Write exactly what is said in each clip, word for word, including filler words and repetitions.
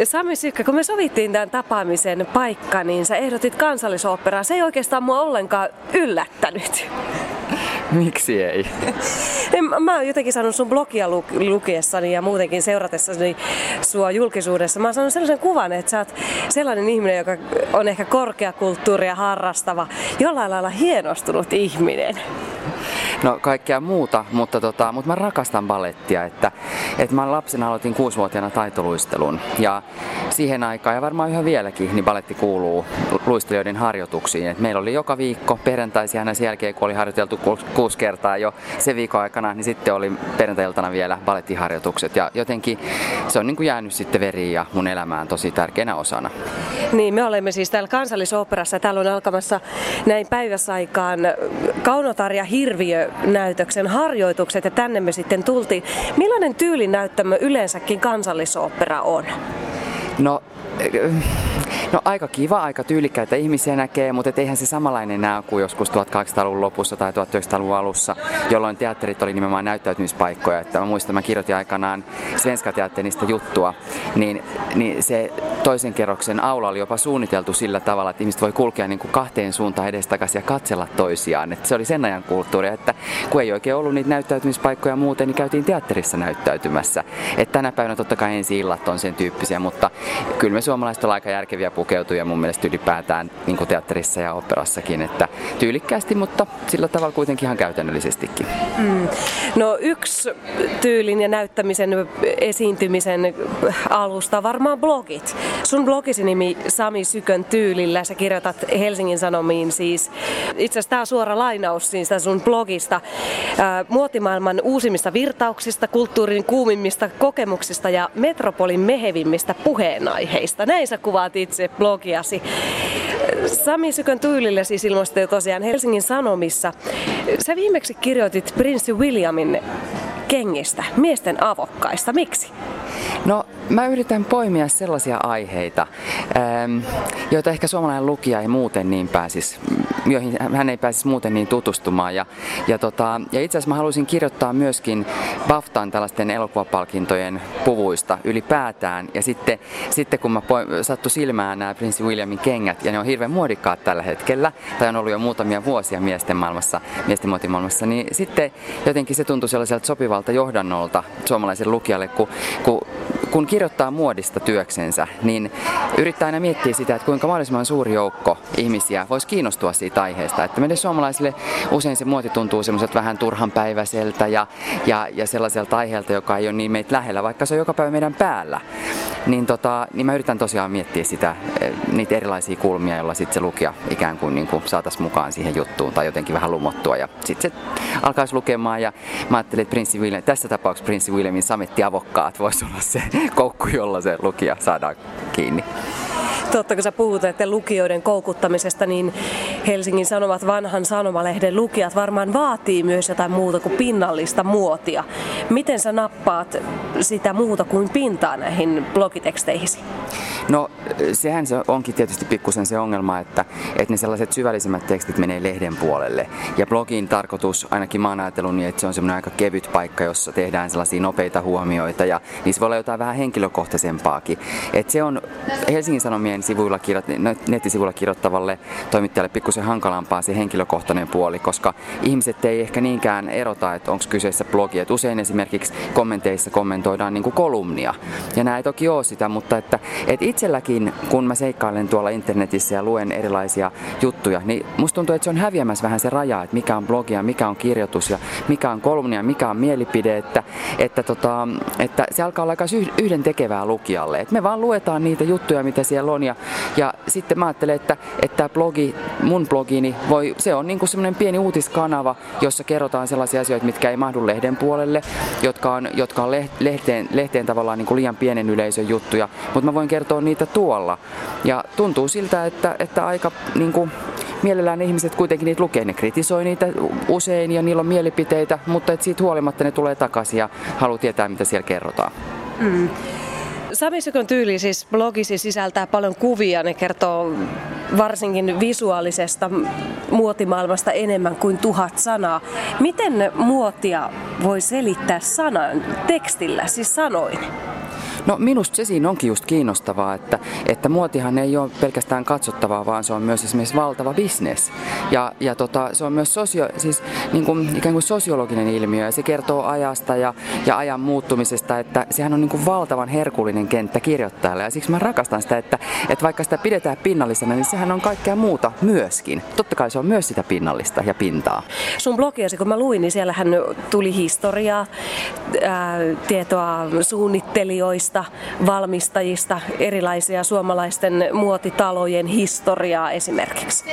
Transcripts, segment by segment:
Sami Sykkä, kun me sovittiin tämän tapaamisen paikka, niin sä ehdotit Kansallisoopperaa. Se ei oikeastaan mua ollenkaan yllättänyt. Miksi ei? Mä oon jotenkin saanut sun blogia lukiessani ja muutenkin seuratessani sua julkisuudessa. Mä oon saanut sellaisen kuvan, että sä oot sellainen ihminen, joka on ehkä korkeakulttuuria harrastava, jollain lailla hienostunut ihminen. No kaikkea muuta, mutta, tota, mutta mä rakastan balettia, että, että mä lapsena aloitin kuusivuotiaana taitoluistelun ja siihen aikaan ja varmaan yhä vieläkin niin baletti kuuluu luistelijoiden harjoituksiin. Et meillä oli joka viikko perjantaisia aina sen jälkeen, kun oli harjoiteltu ku, kuusi kertaa jo sen viikon aikana, niin sitten oli perjantai-iltana vielä balettiharjoitukset ja jotenkin se on niin kuin jäänyt sitten veriin ja mun elämään tosi tärkeänä osana. Niin, me olemme siis täällä Kansallisoopperassa. Täällä on alkamassa näin päiväsaikaan Kaunotarja Hirviö-näytöksen harjoitukset ja tänne me sitten tultiin. Millainen tyylinäyttämö yleensäkin Kansallisooppera on? No, no aika kiva, aika tyylikkäitä ihmisiä näkee, mutta et eihän se samanlainen näy kuin joskus tuhatkahdeksansataaluvun lopussa tai tuhatyhdeksänsataaluvun alussa, jolloin teatterit oli nimenomaan näyttäytymispaikkoja. Että mä muistan, mä kirjoitin aikanaan Svenska Teatterista juttua, niin, niin se toisen kerroksen aula oli jopa suunniteltu sillä tavalla, että ihmiset voi kulkea niin kuin kahteen suuntaan edestakaisin ja katsella toisiaan. Että se oli sen ajan kulttuuria, että kun ei oikein ollut niitä näyttäytymispaikkoja muuten, niin käytiin teatterissa näyttäytymässä. Että tänä päivänä totta kai ensi-illat on sen tyyppisiä, mutta kyllä me suomalaiset ollaan aika järkeviä pukeutuja mun mielestä ylipäätään niin kuin teatterissa ja operassakin, että tyylikkäästi, mutta sillä tavalla kuitenkin ihan käytännöllisestikin. Mm. No yksi tyylin ja näyttämisen esiintymisen alusta varmaan blogit. Sun blogisi nimi Sami Sykön tyylillä, sä kirjoitat Helsingin Sanomiin siis, itse asiassa tää on suora lainaus siitä sun blogista, ää, muotimaailman uusimmista virtauksista, kulttuurin kuumimmista kokemuksista ja metropolin mehevimmistä puheenaiheista. Näin sä kuvaat itse blogiasi. Sami Sykön tyylillä siis ilmestyi tosiaan Helsingin Sanomissa. Sä viimeksi kirjoitit prinssi Williamin kengistä, miesten avokkaista. Miksi? No, mä yritän poimia sellaisia aiheita, joita ehkä suomalainen lukija ei muuten niin pääsisi, joihin hän ei pääsisi muuten niin tutustumaan. Ja, ja, tota, ja itse asiassa mä haluaisin kirjoittaa myöskin BAFTAn tällaisten elokuvapalkintojen puvuista ylipäätään. Ja sitten, sitten kun mä poim, sattu silmään nämä prinssi Williamin kengät, ja ne on hirveän muodikkaat tällä hetkellä, tai on ollut jo muutamia vuosia miesten maailmassa, miesten muotimaailmassa, niin sitten jotenkin se tuntui sellaiselta sopivalta johdannolta suomalaisen lukijalle, kun, kun kun kirjoittaa muodista työksensä, niin yrittää aina miettiä sitä, että kuinka mahdollisimman suuri joukko ihmisiä voisi kiinnostua siitä aiheesta. Että meidän suomalaisille usein se muoti tuntuu semmoiselta vähän turhanpäiväiseltä ja, ja, ja sellaiselta aiheelta, joka ei ole niin meitä lähellä, vaikka se on joka päivä meidän päällä. Niin, tota, niin mä yritän tosiaan miettiä sitä, niitä erilaisia kulmia, joilla sitten se lukija ikään kuin, niin kuin saataisiin mukaan siihen juttuun tai jotenkin vähän lumottua. Ja sitten se alkaisi lukemaan ja mä ajattelin, että prinssi William, tässä tapauksessa prinssi Williamin samettiavokkaat voisi olla se koukku, jolla se lukija saadaan kiinni. Totta, kun sä puhut että lukijoiden koukuttamisesta, niin Helsingin Sanomat vanhan sanomalehden lukijat varmaan vaatii myös jotain muuta kuin pinnallista muotia. Miten sä nappaat sitä muuta kuin pintaa näihin blogiteksteihisi? No sehän se onkin tietysti pikkusen se ongelma, että, että ne sellaiset syvällisimmät tekstit menee lehden puolelle. Ja blogin tarkoitus, ainakin mä oon ajatellut niin, että se on semmoinen aika kevyt paikka, jossa tehdään sellaisia nopeita huomioita ja niissä voi olla jotain vähän henkilökohtaisempaakin. Että se on Helsingin Sanomien sivuilla kirjoit- nettisivuilla kirjoittavalle toimittajalle pikkusen hankalampaa se henkilökohtainen puoli, koska ihmiset ei ehkä niinkään erota, että onko kyseessä blogi. Et usein esimerkiksi kommenteissa kommentoidaan niin kuin kolumnia. Ja nämä ei toki ole sitä, mutta että, että itselläkin, kun mä seikkailen tuolla internetissä ja luen erilaisia juttuja, niin musta tuntuu, että se on häviämässä vähän se raja, että mikä on blogia, mikä on kirjoitus ja mikä on kolumnia, mikä on mielipide, että, että, tota, että se alkaa olla aika yhden tekevää lukijalle. Että me vaan luetaan niitä juttuja, mitä siellä on ja, ja sitten mä ajattelen, että, että blogi, mun blogini, voi, se on niin kuin semmoinen pieni uutiskanava, jossa kerrotaan sellaisia asioita, mitkä ei mahdu lehden puolelle, jotka on, jotka on lehteen, lehteen tavallaan niin kuin liian pienen yleisön juttuja, mutta mä voin kertoa niitä tuolla. Ja tuntuu siltä, että, että aika niin kuin, mielellään ihmiset kuitenkin niitä lukee, ne kritisoi niitä usein ja niillä on mielipiteitä, mutta et siitä huolimatta ne tulee takaisin ja haluaa tietää, mitä siellä kerrotaan. Mm. Sami Sykön tyyli, siis blogisi sisältää paljon kuvia, ne kertoo varsinkin visuaalisesta muotimaailmasta enemmän kuin tuhat sanaa. Miten muotia voi selittää sanan tekstillä, siis sanoin? No minusta se siinä onkin just kiinnostavaa, että, että muotihan ei ole pelkästään katsottavaa, vaan se on myös esimerkiksi valtava business. Ja, ja tota, se on myös sosio, siis niin kuin, ikään kuin sosiologinen ilmiö ja se kertoo ajasta ja, ja ajan muuttumisesta, että sehän on niin kuin valtavan herkullinen kenttä kirjoittajalle. Ja siksi mä rakastan sitä, että, että vaikka sitä pidetään pinnallisena, niin sehän on kaikkea muuta myöskin. Totta kai se on myös sitä pinnallista ja pintaa. Sun blogiasi, kun mä luin, niin siellähän tuli historiaa, ää, tietoa suunnittelijoista, valmistajista, erilaisia suomalaisten muotitalojen historiaa esimerkiksi.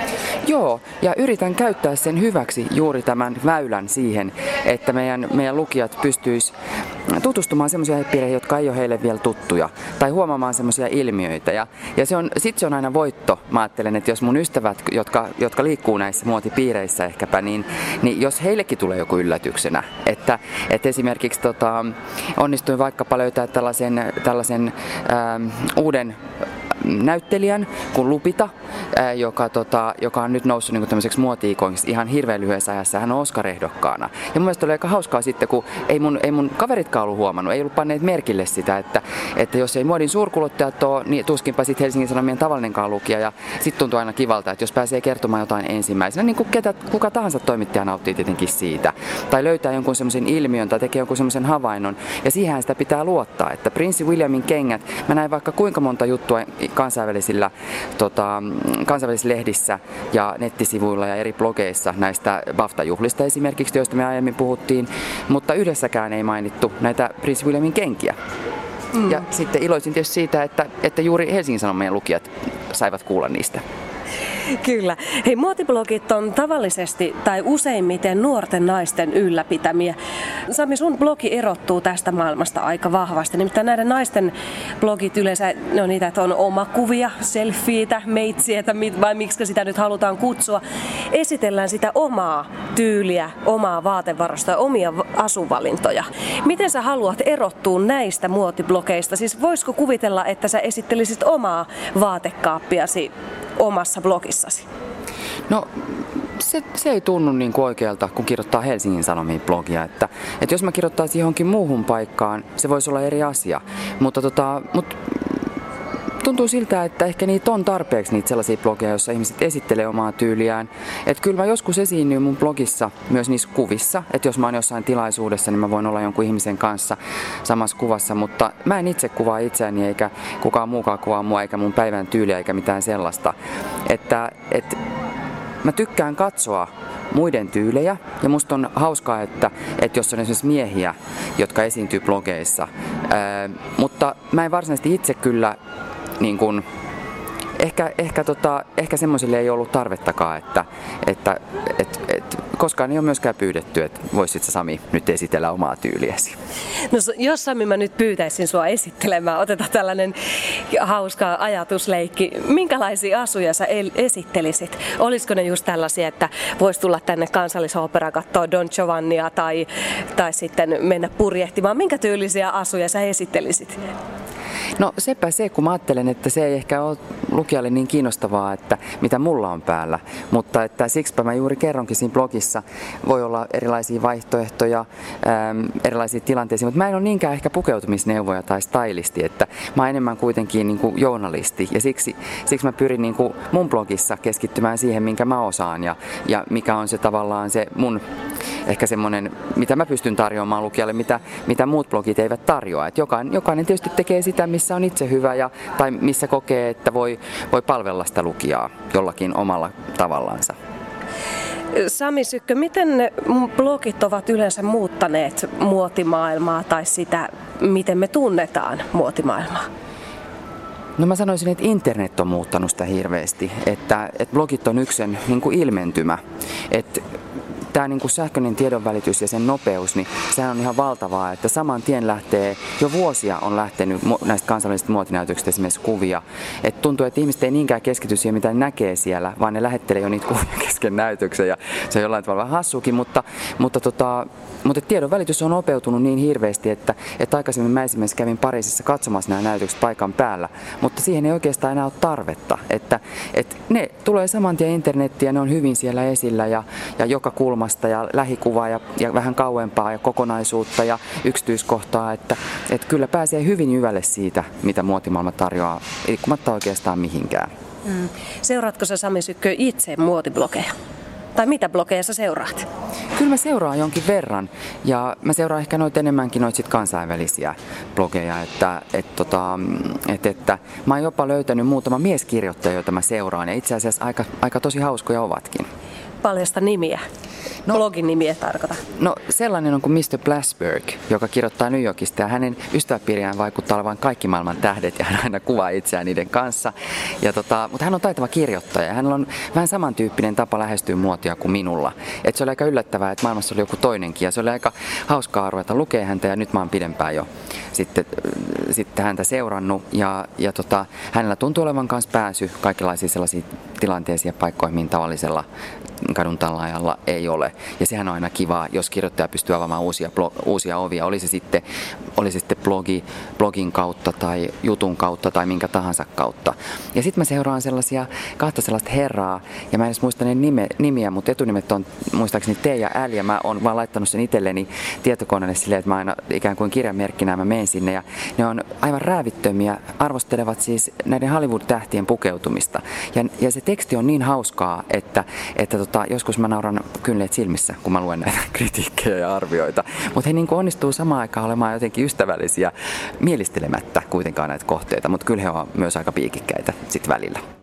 Joo, ja yritän käyttää sen hyväksi juuri tämän väylän siihen, että meidän, meidän lukijat pystyis tutustumaan semmoisia piirejä, jotka ei ole heille vielä tuttuja, tai huomaamaan semmoisia ilmiöitä. Ja, ja se on, sit se on aina voitto. Mä ajattelen, että jos mun ystävät, jotka, jotka liikkuu näissä muotipiireissä ehkäpä, niin, niin jos heillekin tulee joku yllätyksenä, että, että esimerkiksi tota, onnistuin vaikkapa löytää tällaisen, tällaisen ähm, uuden näyttelijän kuin Lupita, ää, joka, tota, joka on nyt noussut niin tämmöiseksi muoti-ikoniksi ihan hirveän lyhyessä ajassa. Hän on Oscar-ehdokkaana. Ja mun mielestä oli aika hauskaa sitten, kun ei mun, ei mun kaveritkaan ollut huomannut, ei ollut panneet merkille sitä, että, että jos ei muodin suurkuluttajat ole, niin tuskinpa sitten Helsingin Sanomien tavallinenkaan lukija. Ja sitten tuntuu aina kivalta, että jos pääsee kertomaan jotain ensimmäisenä, niin kuin ketä, kuka tahansa toimittaja nauttii tietenkin siitä. Tai löytää jonkun semmoisen ilmiön tai tekee jonkun semmoisen havainnon. Ja siihen sitä pitää luottaa, että prinssi Williamin kengät, mä näin vaikka kuinka monta juttua kansainvälisillä, tota, kansainvälisissä lehdissä ja nettisivuilla ja eri blogeissa näistä BAFTA-juhlista esimerkiksi, joista me aiemmin puhuttiin, mutta yhdessäkään ei mainittu näitä prinssi Williamin kenkiä. Mm. Ja sitten iloisin tietysti siitä, että, että juuri Helsingin Sanomien lukijat saivat kuulla niistä. Kyllä. Hei, muotiblogit on tavallisesti tai useimmiten nuorten naisten ylläpitämiä. Sami, sun blogi erottuu tästä maailmasta aika vahvasti. Nimittäin näiden naisten blogit yleensä, ne on niitä, että on omakuvia, selfieitä, meitsietä, vai miksi sitä nyt halutaan kutsua. Esitellään sitä omaa tyyliä, omaa vaatevarastoa, omia asuvalintoja. Miten sä haluat erottua näistä muotiblogeista? Siis voisiko kuvitella, että sä esittelisit omaa vaatekaappiasi omassa blogissasi? No se, se ei tunnu niin kuin oikealta, kun kirjoittaa Helsingin Sanomiin blogia. Että, että jos mä kirjoittaisin johonkin muuhun paikkaan, se voisi olla eri asia. Mutta tota, mut, tuntuu siltä, että ehkä niitä on tarpeeksi niitä sellaisia blogeja, joissa ihmiset esittelee omaa tyyliään. Että kyllä mä joskus esiinnyin mun blogissa myös niissä kuvissa. Että jos mä oon jossain tilaisuudessa, niin mä voin olla jonkun ihmisen kanssa samassa kuvassa. Mutta mä en itse kuvaa itseäni, eikä kukaan muukaan kuvaa mua, eikä mun päivän tyyliä, eikä mitään sellaista. Että et, mä tykkään katsoa muiden tyylejä, ja musta on hauskaa, että, että jos on esimerkiksi miehiä, jotka esiintyy blogeissa, ää, mutta mä en varsinaisesti itse kyllä niin kun, ehkä, ehkä, tota, ehkä semmoisille ei ollut tarvettakaan, että, että et, et, koskaan ei ole myöskään pyydetty, että voisit sä, Sami, nyt esitellä omaa tyyliäsi. No jos, Sami, mä nyt pyytäisin sua esittelemään, otetaan tällainen hauska ajatusleikki. Minkälaisia asuja sä esittelisit? Olisiko ne just tällaisia, että vois tulla tänne Kansallisoopperaan katsoa Don Giovannia tai, tai sitten mennä purjehtimaan? Minkä tyylisiä asuja sä esittelisit? No sepä se, kun mä ajattelen, että se ei ehkä ole lukijalle niin kiinnostavaa, että mitä mulla on päällä, mutta että siksipä mä juuri kerronkin siinä blogissa, voi olla erilaisia vaihtoehtoja, äm, erilaisia tilanteita, mutta mä en ole niinkään ehkä pukeutumisneuvoja tai stylisti, että mä oon enemmän kuitenkin niin kuin journalisti, ja siksi, siksi mä pyrin niin kuin mun blogissa keskittymään siihen, minkä mä osaan ja, ja mikä on se tavallaan se mun ehkä semmoinen, mitä mä pystyn tarjoamaan lukijalle, mitä, mitä muut blogit eivät tarjoa. Et jokainen, jokainen tietysti tekee sitä, missä on itse hyvä ja, tai missä kokee, että voi, voi palvella sitä lukijaa jollakin omalla tavallaansa. Sami Sykkö, miten blogit ovat yleensä muuttaneet muotimaailmaa tai sitä, miten me tunnetaan muotimaailmaa? No mä sanoisin, että internet on muuttanut sitä hirveästi, että, että blogit on yksi sen niin kuin ilmentymä. Että tämä niin kuin sähköinen tiedonvälitys ja sen nopeus, niin sehän on ihan valtavaa, että saman tien lähtee, jo vuosia on lähtenyt näistä kansallisista muotinäytöksistä esimerkiksi kuvia. Et tuntuu, että ihmiset ei niinkään keskity siihen, mitä ne näkee siellä, vaan ne lähettelee jo niitä kuvia kesken näytöksen ja se on jollain tavalla vähän hassukin, mutta, mutta, tota, mutta tiedonvälitys on nopeutunut niin hirveästi, että, että aikaisemmin mä esimerkiksi kävin Pariisissa katsomassa nämä näytökset paikan päällä, mutta siihen ei oikeastaan enää ole tarvetta, että, että ne tulee saman tien internettiin ja ne on hyvin siellä esillä ja, ja joka kulma näkökulmasta ja lähikuvaa ja, ja vähän kauempaa ja kokonaisuutta ja yksityiskohtaa, että, että kyllä pääsee hyvin hyvälle siitä, mitä muotimaailma tarjoaa, riippumatta oikeastaan mihinkään. Mm. Seuraatko sä, Sami Sykkö, itse muotiblogeja? Tai mitä blogeja sä seuraat? Kyllä mä seuraan jonkin verran ja mä seuraan ehkä noita enemmänkin noita sit kansainvälisiä blogeja, että, et, tota, et, että mä oon jopa löytänyt muutama mieskirjoittaja, joita mä seuraan ja itse asiassa aika, aika tosi hauskoja ovatkin. Paljasta nimiä. No, blogin nimiä tarkoita. No sellainen on kuin mister Blasberg, joka kirjoittaa New Yorkista ja hänen ystäväpiiriään vaikuttaa olevan kaikki maailman tähdet ja hän aina kuvaa itseään niiden kanssa. Ja tota, mutta hän on taitava kirjoittaja ja hänellä on vähän samantyyppinen tapa lähestyä muotia kuin minulla. Et se oli aika yllättävää, että maailmassa oli joku toinenkin ja se oli aika hauskaa ruveta lukea häntä ja nyt mä oon pidempään jo sitten, sitten häntä seurannut ja, ja tota, hänellä tuntuu olevan myös pääsy kaikenlaisiin sellaisiin tilanteisiin ja paikkoihin, mihin tavallisella kadun tallaajalla ei ole. Ja sehän on aina kivaa, jos kirjoittaja pystyy avaamaan uusia, blo- uusia ovia, oli se sitten, oli se sitten blogi, blogin kautta tai jutun kautta tai minkä tahansa kautta. Ja sitten mä seuraan sellaisia, kahta sellaista herraa, ja mä en edes muista ne nime, nimiä, mutta etunimet on muistaakseni T ja L, ja mä oon vaan laittanut sen itselleni tietokoneelle silleen, että mä aina ikään kuin kirjanmerkkinä mä menen sinne, ja ne on aivan räävittömiä, arvostelevat siis näiden Hollywood-tähtien pukeutumista. Ja, ja se teksti on niin hauskaa, että, että tota, joskus mä nauran kynleet silmissä, kun mä luen näitä kritiikkejä ja arvioita. Mutta he niin kuin onnistuu samaan aikaan olemaan jotenkin ystävällisiä, mielistelemättä kuitenkaan näitä kohteita, mutta kyllä he ovat myös aika piikikkäitä sit välillä.